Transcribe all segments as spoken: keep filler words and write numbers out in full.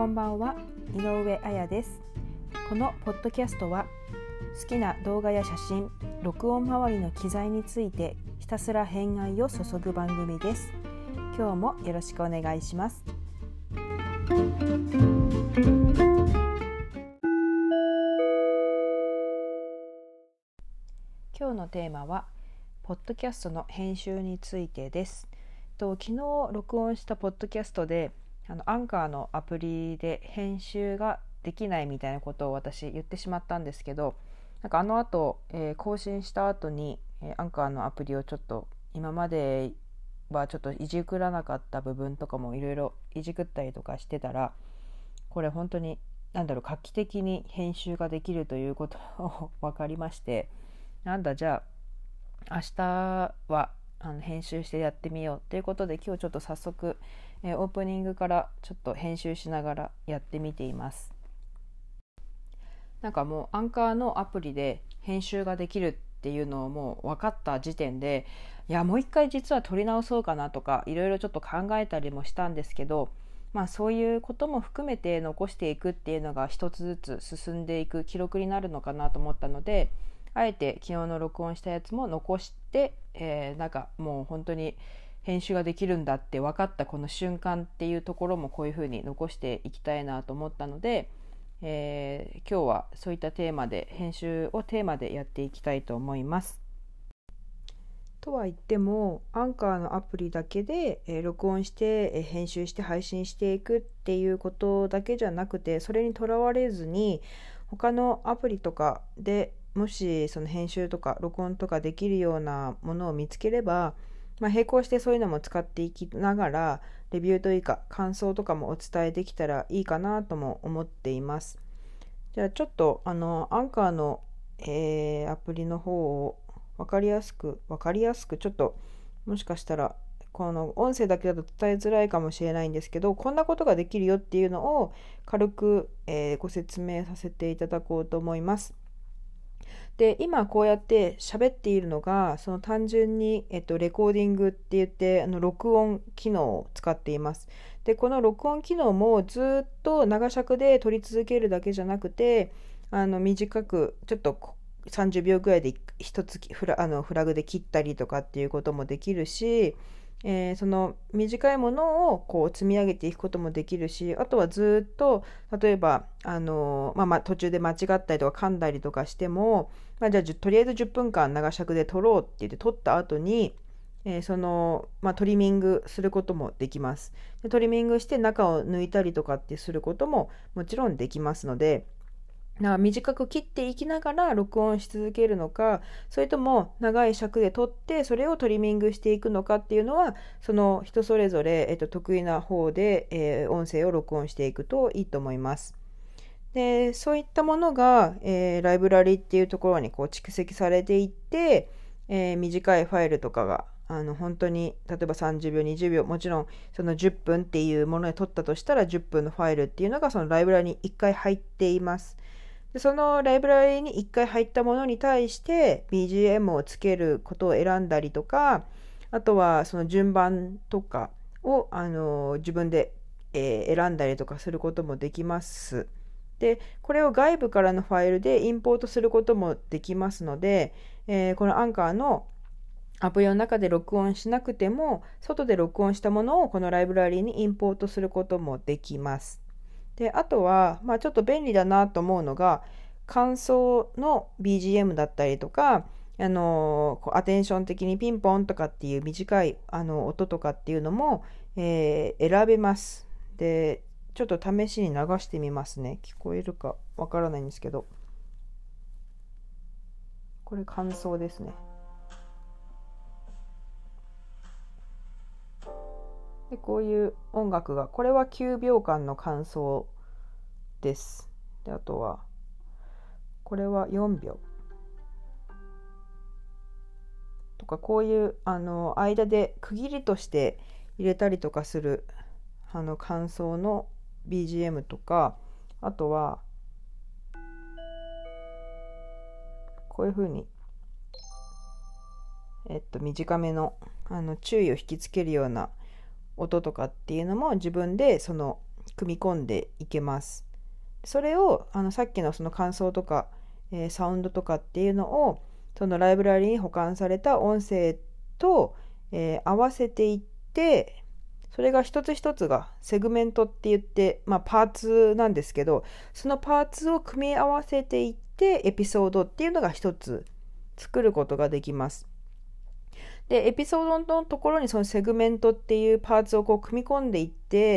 こんばんは、井上彩です。このポッドキャストは好きな動画や写真、録音周りの機材についてひたすら偏愛を注ぐ番組です。今日もよろしくお願いします。今日のテーマはポッドキャストの編集についてです。と昨日録音したポッドキャストであのアンカーのアプリで編集ができないみたいなことを私言ってしまったんですけど、なんかあの後、えー、更新した後に、えー、アンカーのアプリをちょっと今まではちょっといじくらなかった部分とかもいろいろいじくったりとかしてたら、これ本当になんだろう画期的に編集ができるということを分かりまして、なんだじゃあ明日はあの編集してやってみようということで、今日ちょっと早速、えー、オープニングからちょっと編集しながらやってみています。なんかもうアンカーのアプリで編集ができるっていうのをもう分かった時点で、いやもう一回実は撮り直そうかなとかいろいろちょっと考えたりもしたんですけど、まあそういうことも含めて残していくっていうのが一つずつ進んでいく記録になるのかなと思ったので、あえて昨日の録音したやつも残して、えー、なんかもう本当に編集ができるんだって分かったこの瞬間っていうところもこういうふうに残していきたいなと思ったので、えー、今日はそういったテーマで編集をテーマでやっていきたいと思います。とは言ってもアンカーのアプリだけで、えー、録音して、えー、編集して配信していくっていうことだけじゃなくて、それにとらわれずに他のアプリとかでもしその編集とか録音とかできるようなものを見つければ、まあ、並行してそういうのも使っていきながらレビューというか感想とかもお伝えできたらいいかなとも思っています。じゃあちょっとあのアンカーの、えー、アプリの方を分かりやすく分かりやすくちょっともしかしたらこの音声だけだと伝えづらいかもしれないんですけど、こんなことができるよっていうのを軽く、えー、ご説明させていただこうと思います。で今こうやって喋っているのがその単純に、えっと、レコーディングって言ってあの録音機能を使っています。でこの録音機能もずっと長尺で撮り続けるだけじゃなくて、あの短くちょっとさんじゅうびょうぐらいで一つフラ、あのフラグで切ったりとかっていうこともできるし、えー、その短いものをこう積み上げていくこともできるし、あとはずっと例えばあの、まあ、まあ途中で間違ったりとか噛んだりとかしても、まあ、じゃあとりあえずじゅっぷんかん長尺で撮ろうって言って撮った後に、えー、その、まあ、トリミングすることもできます。でトリミングして中を抜いたりとかってすることももちろんできますので、な短く切っていきながら録音し続けるのか、それとも長い尺で撮ってそれをトリミングしていくのかっていうのは、その人それぞれ、えっと、得意な方で、えー、音声を録音していくといいと思います。でそういったものが、えー、ライブラリっていうところにこう蓄積されていって、えー、短いファイルとかがあの本当に例えばさんじゅうびょうにじゅうびょう、もちろんそのじゅっぷんっていうもので撮ったとしたらじゅっぷんのファイルっていうのがそのライブラリにいっかい入っています。でそのライブラリにいっかい入ったものに対して ビージーエム をつけることを選んだりとか、あとはその順番とかをあの自分で、えー選んだりとかすることもできます。でこれを外部からのファイルでインポートすることもできますので、えーこのアンカーのアプリの中で録音しなくても外で録音したものをこのライブラリにインポートすることもできます。であとは、まあ、ちょっと便利だなと思うのが感想の ビージーエム だったりとか、あのこうアテンション的にピンポンとかっていう短いあの音とかっていうのも、えー選べます。でちょっと試しに流してみますね。聞こえるかわからないんですけど、これ感想ですね。でこういう音楽が、これはきゅうびょうかんの感想です。であとはこれはよんびょうとか、こういうあの間で区切りとして入れたりとかするあの感想の ビージーエム とか、あとはこういう風にえっと短めのあの注意を引きつけるような音とかっていうのも自分でその組み込んでいけます。それをあのさっきのその感想とか、えー、サウンドとかっていうのをそのライブラリに保管された音声と、えー、合わせていって、それが一つ一つがセグメントって言って、まあ、パーツなんですけど、そのパーツを組み合わせていってエピソードっていうのが一つ作ることができます。でエピソードのところにそのセグメントっていうパーツをこう組み込んでいって、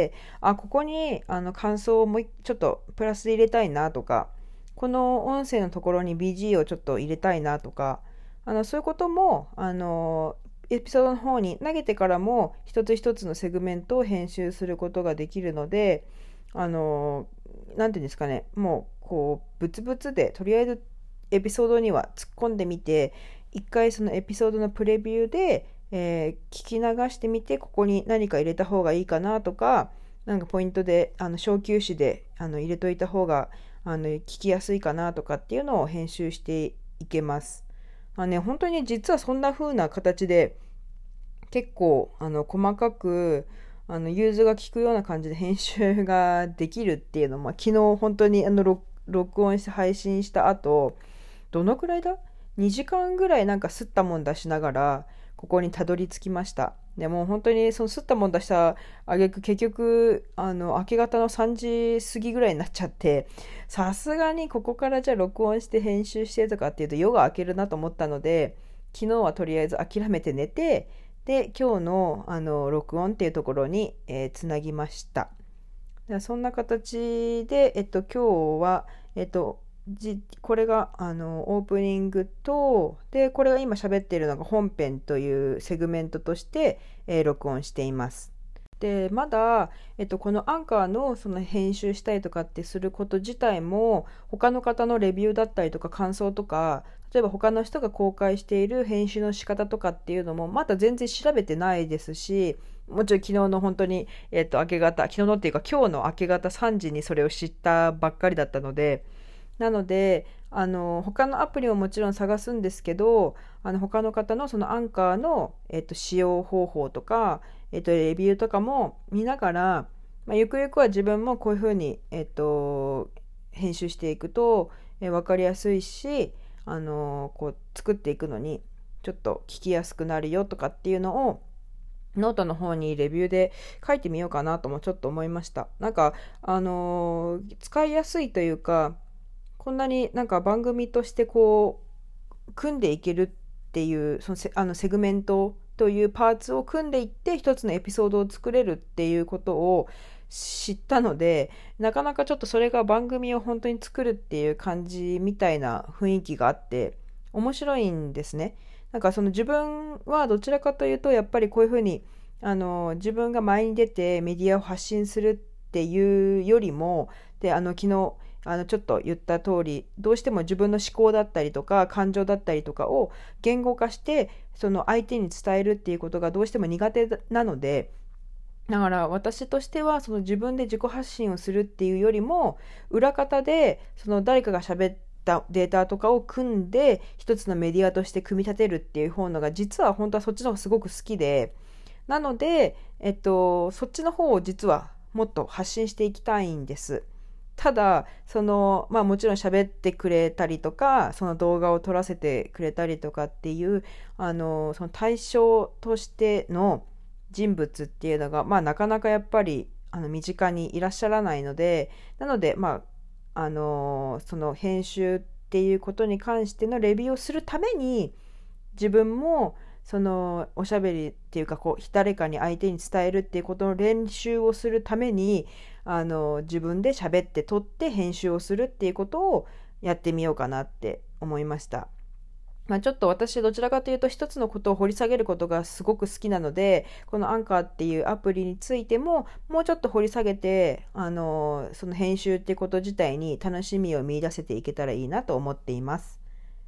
あここにあの感想をもうちょっとプラスで入れたいなとか、この音声のところに ビージー をちょっと入れたいなとか、あのそういうこともあのエピソードの方に投げてからも一つ一つのセグメントを編集することができるので、あのなんていうんですかね、もうこうブツブツでとりあえずエピソードには突っ込んでみて、一回そのエピソードのプレビューで、えー、聞き流してみて、ここに何か入れた方がいいかなとか、なんかポイントであの小休止であの入れといた方があの聞きやすいかなとかっていうのを編集していけます。あのね、本当に実はそんな風な形で結構あの細かくあの融通が利くような感じで編集ができるっていうのも、昨日本当にあの録音して配信した後、どのくらいだにじかんぐらいなんか吸ったもん出しながらここにたどり着きました。でも本当にその吸ったもん出した挙句、結局あの明け方のさんじ過ぎぐらいになっちゃって、さすがにここからじゃあ録音して編集してとかっていうと夜が明けるなと思ったので、昨日はとりあえず諦めて寝て、で今日のあの録音っていうところに、えー、つなぎました。でそんな形で、えっと、今日は、えっとじこれがあのオープニングと、でこれが今喋っているのが本編というセグメントとして、えー録音しています。でまだ、えっと、このアンカーのその編集したりとかってすること自体も、他の方のレビューだったりとか感想とか、例えば他の人が公開している編集の仕方とかっていうのもまだ全然調べてないですし、もちろん昨日の本当に、えっと、明け方、昨日のっていうか今日の明け方さんじにそれを知ったばっかりだったので、なのであの他のアプリももちろん探すんですけど、あの他の方のそのアンカーの、えっと、使用方法とか、えっと、レビューとかも見ながら、まあ、ゆくゆくは自分もこういうふうに、えっと、編集していくと、え分かりやすいし、あのこう作っていくのにちょっと聞きやすくなるよとかっていうのをノートの方にレビューで書いてみようかなともちょっと思いました。なんかあの使いやすいというか、こんなになんか番組としてこう組んでいけるっていう、そのセあのセグメントというパーツを組んでいって一つのエピソードを作れるっていうことを知ったので、なかなかちょっとそれが番組を本当に作るっていう感じみたいな雰囲気があって面白いんですね。なんかその自分はどちらかというと、やっぱりこういうふうにあの自分が前に出てメディアを発信するっていうよりも、であの昨日あのちょっと言った通り、どうしても自分の思考だったりとか感情だったりとかを言語化してその相手に伝えるっていうことがどうしても苦手なので、だから私としてはその自分で自己発信をするっていうよりも、裏方でその誰かが喋ったデータとかを組んで一つのメディアとして組み立てるっていう方のが、実は本当はそっちの方がすごく好きで、なので、えっと、そっちの方を実はもっと発信していきたいんです。ただその、まあ、もちろん喋ってくれたりとか、その動画を撮らせてくれたりとかっていうあのその対象としての人物っていうのが、まあ、なかなかやっぱりあの身近にいらっしゃらないので、なので、まあ、あのその編集っていうことに関してのレビューをするために、自分もそのおしゃべりっていうか、こう誰かに相手に伝えるっていうことの練習をするために、あの自分で喋って撮って編集をするっていうことをやってみようかなって思いました。まあ、ちょっと私どちらかというと一つのことを掘り下げることがすごく好きなので、このアンカーっていうアプリについてももうちょっと掘り下げて、あのその編集っていうこと自体に楽しみを見出せていけたらいいなと思っています。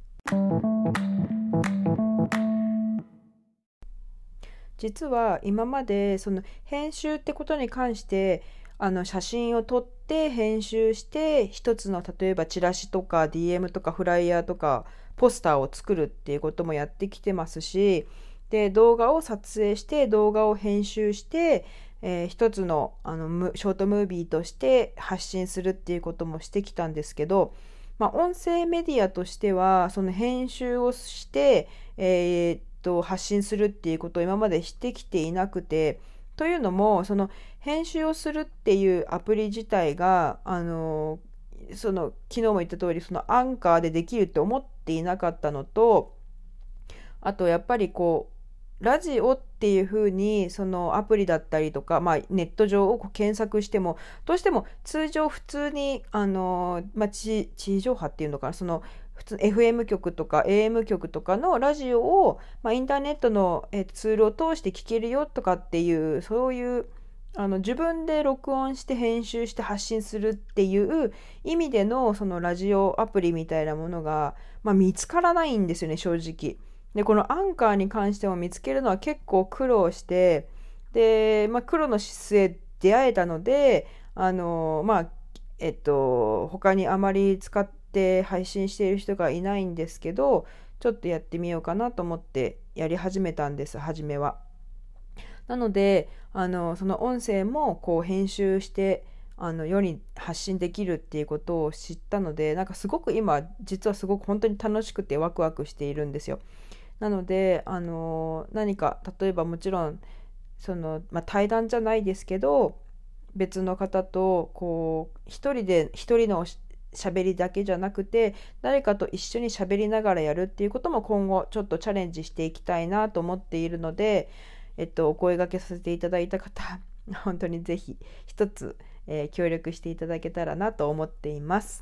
実は今までその編集ってことに関して、あの写真を撮って編集して一つの、例えばチラシとか ディーエム とかフライヤーとかポスターを作るっていうこともやってきてますし、で動画を撮影して動画を編集して、 えー、一つの、あのショートムービーとして発信するっていうこともしてきたんですけど、まあ、音声メディアとしてはその編集をして、えー、っと発信するっていうことを今までしてきていなくて、というのもその編集をするっていうアプリ自体があのその昨日も言った通りそのアンカーでできるって思っていなかったのと、あとやっぱりこうラジオっていう風にそのアプリだったりとか、まあ、ネット上を検索してもどうしても通常普通にあの、まあ、地, 地上波っていうのかな、その普通 エフエム 局とか エーエム 局とかのラジオを、まあ、インターネットのえツールを通して聞けるよとかっていうそういうあの自分で録音して編集して発信するっていう意味でのそのラジオアプリみたいなものが、まあ、見つからないんですよね、正直。でこのアンカーに関しても見つけるのは結構苦労して、で、まあ、苦労の末出会えたので、あのまあえっと他にあまり使って配信している人がいないんですけど、ちょっとやってみようかなと思ってやり始めたんです、初めは。なのであのその音声もこう編集してあの世に発信できるっていうことを知ったので、なんかすごく今実はすごく本当に楽しくてワクワクしているんですよ。なのであの何か例えばもちろんその、まあ、対談じゃないですけど別の方とこう一人で一人の喋りだけじゃなくて誰かと一緒に喋りながらやるっていうことも今後ちょっとチャレンジしていきたいなと思っているので、えっと、お声掛けさせていただいた方本当にぜひ一つ、えー、協力していただけたらなと思っています。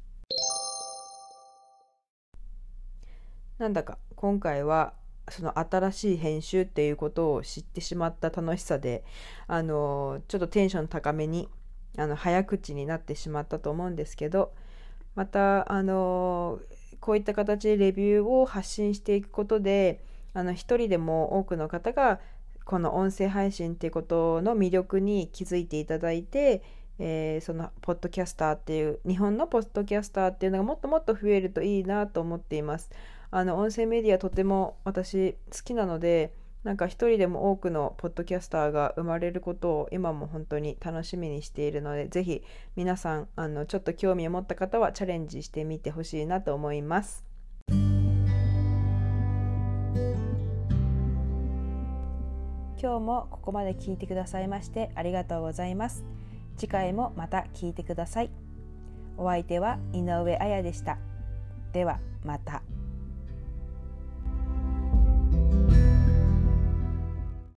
なんだか今回はその新しい編集っていうことを知ってしまった楽しさで、あのちょっとテンション高めにあの早口になってしまったと思うんですけど、またあのこういった形でレビューを発信していくことで、あの一人でも多くの方がこの音声配信っていうことの魅力に気づいていただいて、えー、そのポッドキャスターっていう日本のポッドキャスターっていうのがもっともっと増えるといいなと思っています。あの音声メディアとても私好きなので、なんか一人でも多くのポッドキャスターが生まれることを今も本当に楽しみにしているので、ぜひ皆さんあのちょっと興味を持った方はチャレンジしてみてほしいなと思います。今日もここまで聞いてくださいましてありがとうございます。次回もまた聞いてください。お相手は井上彩でした。では。